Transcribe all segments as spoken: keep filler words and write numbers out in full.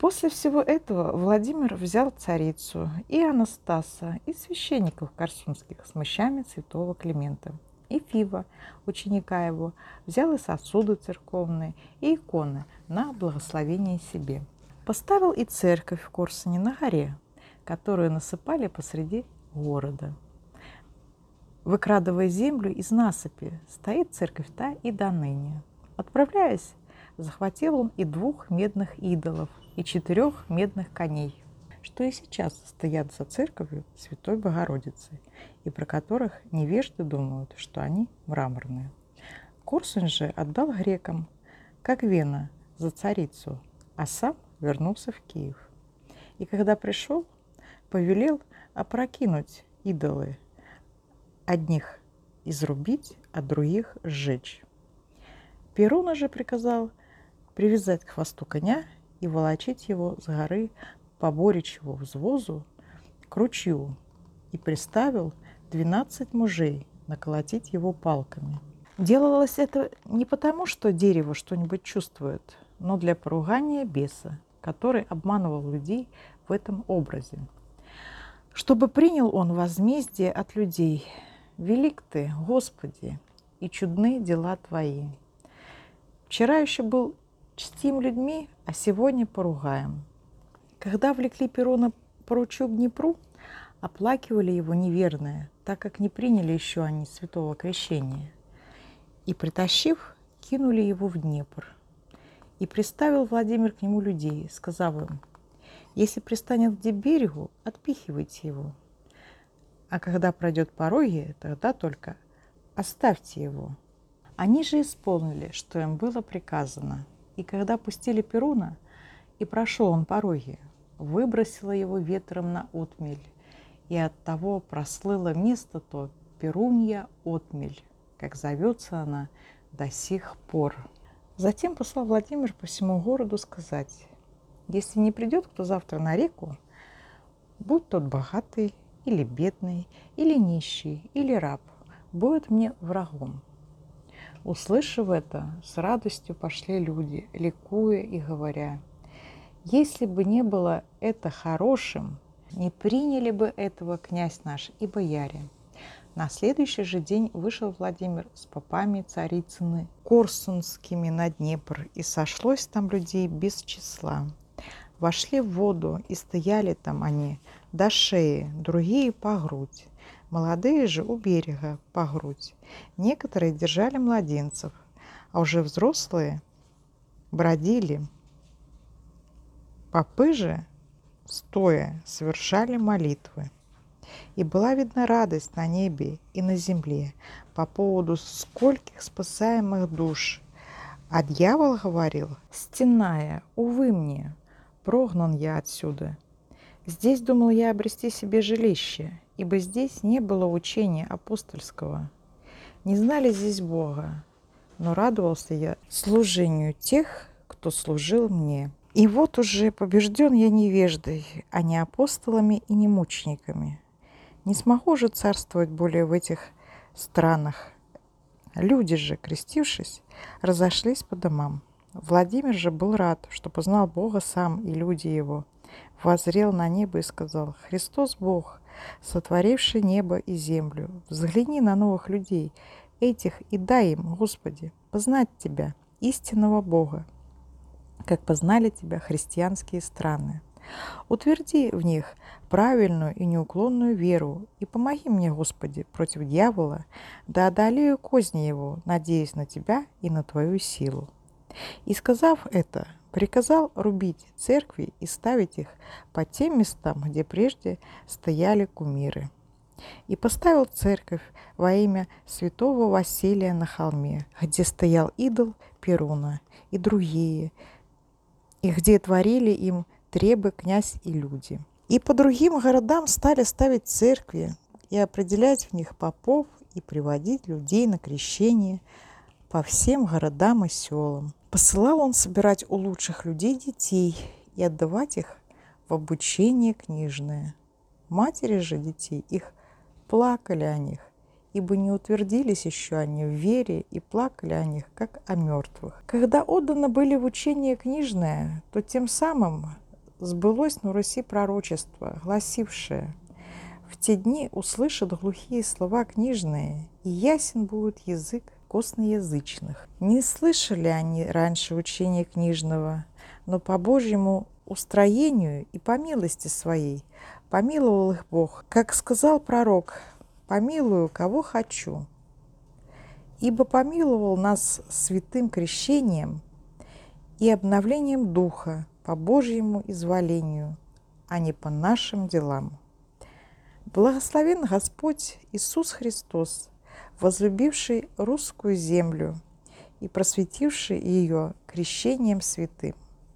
После всего этого Владимир взял царицу и Анастаса, и священников корсунских с мощами святого Климента, и Фива, ученика его, взял и сосуды церковные, и иконы на благословение себе. Поставил и церковь в Корсуне на горе, которую насыпали посреди города. Выкрадывая землю из насыпи, стоит церковь та и доныне. Отправляясь, захватил он и двух медных идолов, и четырех медных коней, что и сейчас стоят за церковью Святой Богородицы, и про которых невежды думают, что они мраморные. Корсунь же отдал грекам, как Вена, за царицу, а сам вернулся в Киев. И когда пришел, повелел опрокинуть идолы, одних изрубить, а других сжечь. Перуна же приказал привязать к хвосту коня и волочить его с горы по боричьему взвозу к ручью, и приставил двенадцать мужей наколотить его палками. Делалось это не потому, что дерево что-нибудь чувствует, но для поругания беса, который обманывал людей в этом образе. Чтобы принял он возмездие от людей: «Велик ты, Господи, и чудны дела твои. Вчера еще был чтим людьми, а сегодня поругаем». Когда влекли Перуна по ручью к Днепру, оплакивали его неверные, так как не приняли еще они святого крещения. И, притащив, кинули его в Днепр. И приставил Владимир к нему людей, сказав им: «Если пристанет к берегу, отпихивайте его. А когда пройдет пороги, тогда только оставьте его». Они же исполнили, что им было приказано. И когда пустили Перуна, и прошел он пороги, выбросило его ветром на отмель, и оттого прослыло место то Перунья отмель, как зовется она до сих пор. Затем послал Владимир по всему городу сказать: «Если не придет кто завтра на реку, будь тот богатый или бедный, или нищий, или раб, будет мне врагом». Услышав это, с радостью пошли люди, ликуя и говоря: «Если бы не было это хорошим, не приняли бы этого князь наш и бояре». На следующий же день вышел Владимир с попами царицыны корсунскими на Днепр, и сошлось там людей без числа. Вошли в воду, и стояли там они до шеи, другие по грудь. Молодые же у берега по грудь. Некоторые держали младенцев, а уже взрослые бродили. Попы же, стоя, совершали молитвы. И была видна радость на небе и на земле по поводу скольких спасаемых душ. А дьявол говорил: «Стеная, увы мне, прогнан я отсюда. Здесь думал я обрести себе жилище, ибо здесь не было учения апостольского. Не знали здесь Бога, но радовался я служению тех, кто служил мне. И вот уже побежден я невеждой, а не апостолами и не мучениками. Не смогу же царствовать более в этих странах». Люди же, крестившись, разошлись по домам. Владимир же был рад, что познал Бога сам и люди его. Воззрел на небо и сказал: «Христос Бог, сотворивший небо и землю, взгляни на новых людей, этих, и дай им, Господи, познать Тебя, истинного Бога, как познали Тебя христианские страны. Утверди в них правильную и неуклонную веру, и помоги мне, Господи, против дьявола, да одолею козни его, надеясь на Тебя и на Твою силу». И, сказав это, приказал рубить церкви и ставить их по тем местам, где прежде стояли кумиры. И поставил церковь во имя святого Василия на холме, где стоял идол Перуна, и другие, и где творили им требы князь и люди. И по другим городам стали ставить церкви и определять в них попов и приводить людей на крещение по всем городам и селам. Посылал он собирать у лучших людей детей и отдавать их в обучение книжное. Матери же детей их плакали о них, ибо не утвердились еще они в вере, и плакали о них, как о мертвых. Когда отданы были в учение книжное, то тем самым сбылось на Руси пророчество, гласившее: в те дни услышат глухие слова книжные, и ясен будет язык косноязычных. Не слышали они раньше учения книжного, но по Божьему устроению и по милости своей помиловал их Бог. Как сказал пророк: «Помилую, кого хочу». Ибо помиловал нас святым крещением и обновлением духа по Божьему изволению, а не по нашим делам. Благословен Господь Иисус Христос, возлюбивший русскую землю и просветивший ее крещением святым.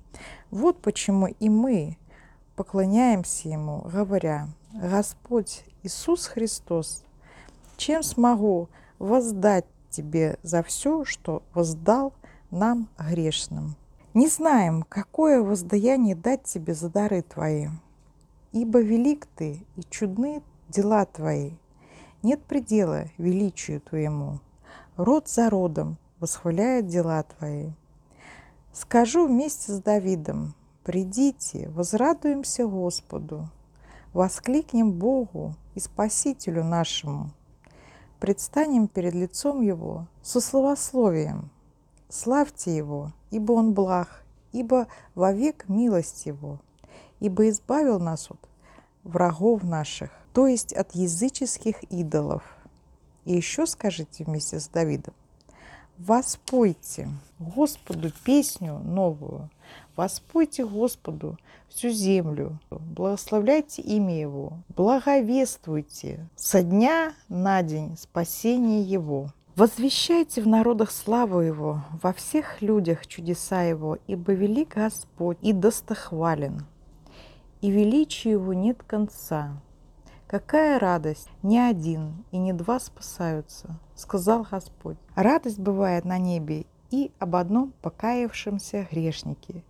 Вот почему и мы поклоняемся Ему, говоря: Господь Иисус Христос, чем смогу воздать Тебе за все, что воздал нам грешным? Не знаем, какое воздаяние дать Тебе за дары Твои, ибо велик Ты и чудны дела Твои. Нет предела величию Твоему. Род за родом восхваляет дела Твои. Скажу вместе с Давидом: придите, возрадуемся Господу, воскликнем Богу и Спасителю нашему, предстанем перед лицом Его со славословием. Славьте Его, ибо Он благ, ибо вовек милость Его, ибо избавил нас от врагов наших, то есть от языческих идолов. И еще скажите вместе с Давидом: воспойте Господу песню новую, воспойте Господу всю землю, благословляйте имя Его, благовествуйте со дня на день спасение Его. Возвещайте в народах славу Его, во всех людях чудеса Его, ибо велик Господь и достохвален, и величию Его нет конца. Какая радость! Ни один и ни два спасаются, сказал Господь. Радость бывает на небе и об одном покаявшемся грешнике.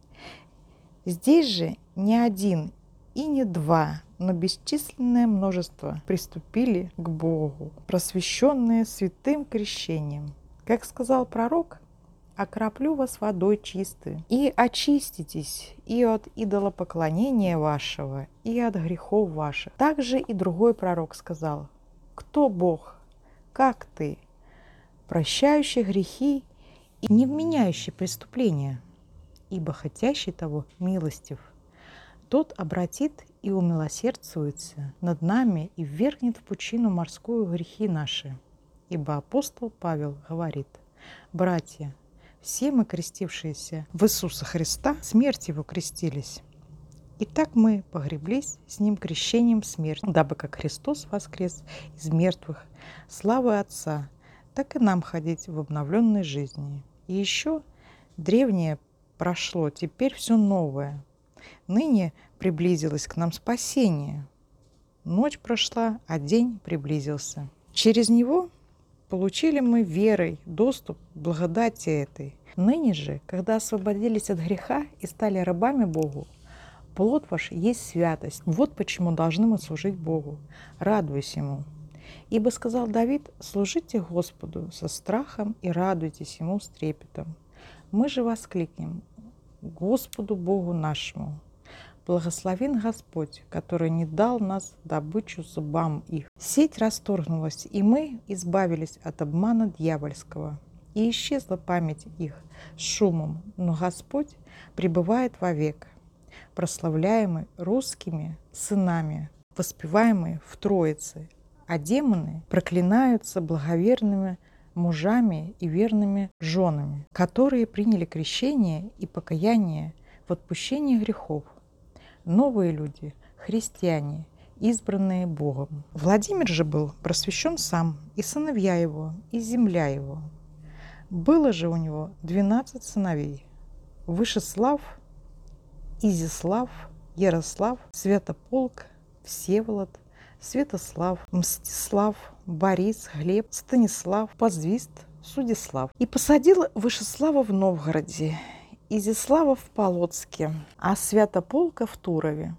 Здесь же ни один и не два, но бесчисленное множество приступили к Богу, просвещенные святым крещением. Как сказал пророк: окроплю вас водой чистой, и очиститесь и от идолопоклонения вашего, и от грехов ваших. Также и другой пророк сказал: кто Бог, как ты, прощающий грехи и не вменяющий преступления, ибо хотящий того милостив, тот обратит и умилосердствуется над нами и ввергнет в пучину морскую грехи наши. Ибо апостол Павел говорит: братья, все мы, крестившиеся в Иисуса Христа, смерть Его крестились. Итак, мы погреблись с Ним крещением в смерть, дабы как Христос воскрес из мертвых славы Отца, так и нам ходить в обновленной жизни. И еще древнее прошло, теперь все новое. Ныне приблизилось к нам спасение. Ночь прошла, а день приблизился. Через Него получили мы верой доступ к благодати этой. Ныне же, когда освободились от греха и стали рабами Богу, плод ваш есть святость. Вот почему должны мы служить Богу, радуясь Ему. Ибо сказал Давид: служите Господу со страхом и радуйтесь Ему с трепетом. Мы же воскликнем: Господу Богу нашему. Благословен Господь, который не дал нас добычу зубам их. Сеть расторгнулась, и мы избавились от обмана дьявольского. И исчезла память их с шумом, но Господь пребывает вовек, прославляемый русскими сынами, воспеваемый в Троице, а демоны проклинаются благоверными мужами и верными женами, которые приняли крещение и покаяние в отпущении грехов. Новые люди, христиане, избранные Богом. Владимир же был просвещен сам, и сыновья его, и земля его. Было же у него двенадцать сыновей: Вышеслав, Изяслав, Ярослав, Святополк, Всеволод, Святослав, Мстислав, Борис, Глеб, Станислав, Позвист, Судислав. И посадил Вышеслава в Новгороде, Изяслава в Полоцке, а Святополка в Турове,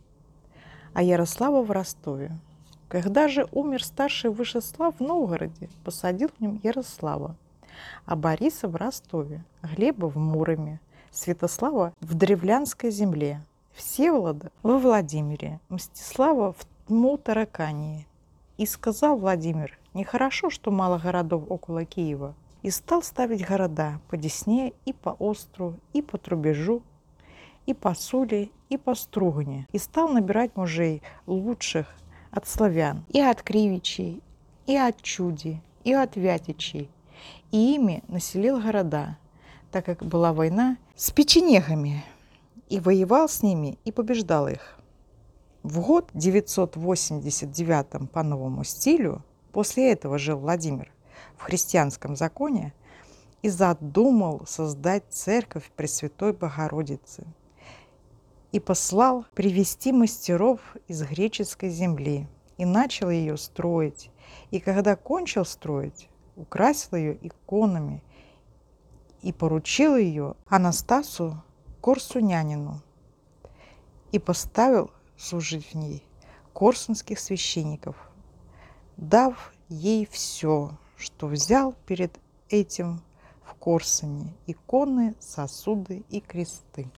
а Ярослава в Ростове. Когда же умер старший Вышеслав в Новгороде, посадил в нем Ярослава, а Бориса в Ростове, Глеба в Муроме, Святослава в Древлянской земле, Всеволода во Владимире, Мстислава в Тмутаракании. И сказал Владимир: нехорошо, что мало городов около Киева. И стал ставить города по Десне и по Остру, и по Трубежу, и по Суле, и по Стругане. И стал набирать мужей лучших от славян, и от Кривичей, и от Чуди, и от Вятичей. И ими населил города, так как была война с печенегами, и воевал с ними, и побеждал их. В год девятьсот восемьдесят девятом по новому стилю, после этого жил Владимир в христианском законе и задумал создать церковь Пресвятой Богородицы и послал привести мастеров из греческой земли и начал ее строить. И когда кончил строить, украсил ее иконами и поручил ее Анастасу Корсунянину и поставил служить в ней корсунских священников, дав ей все, что взял перед этим в Корсуне: иконы, сосуды и кресты.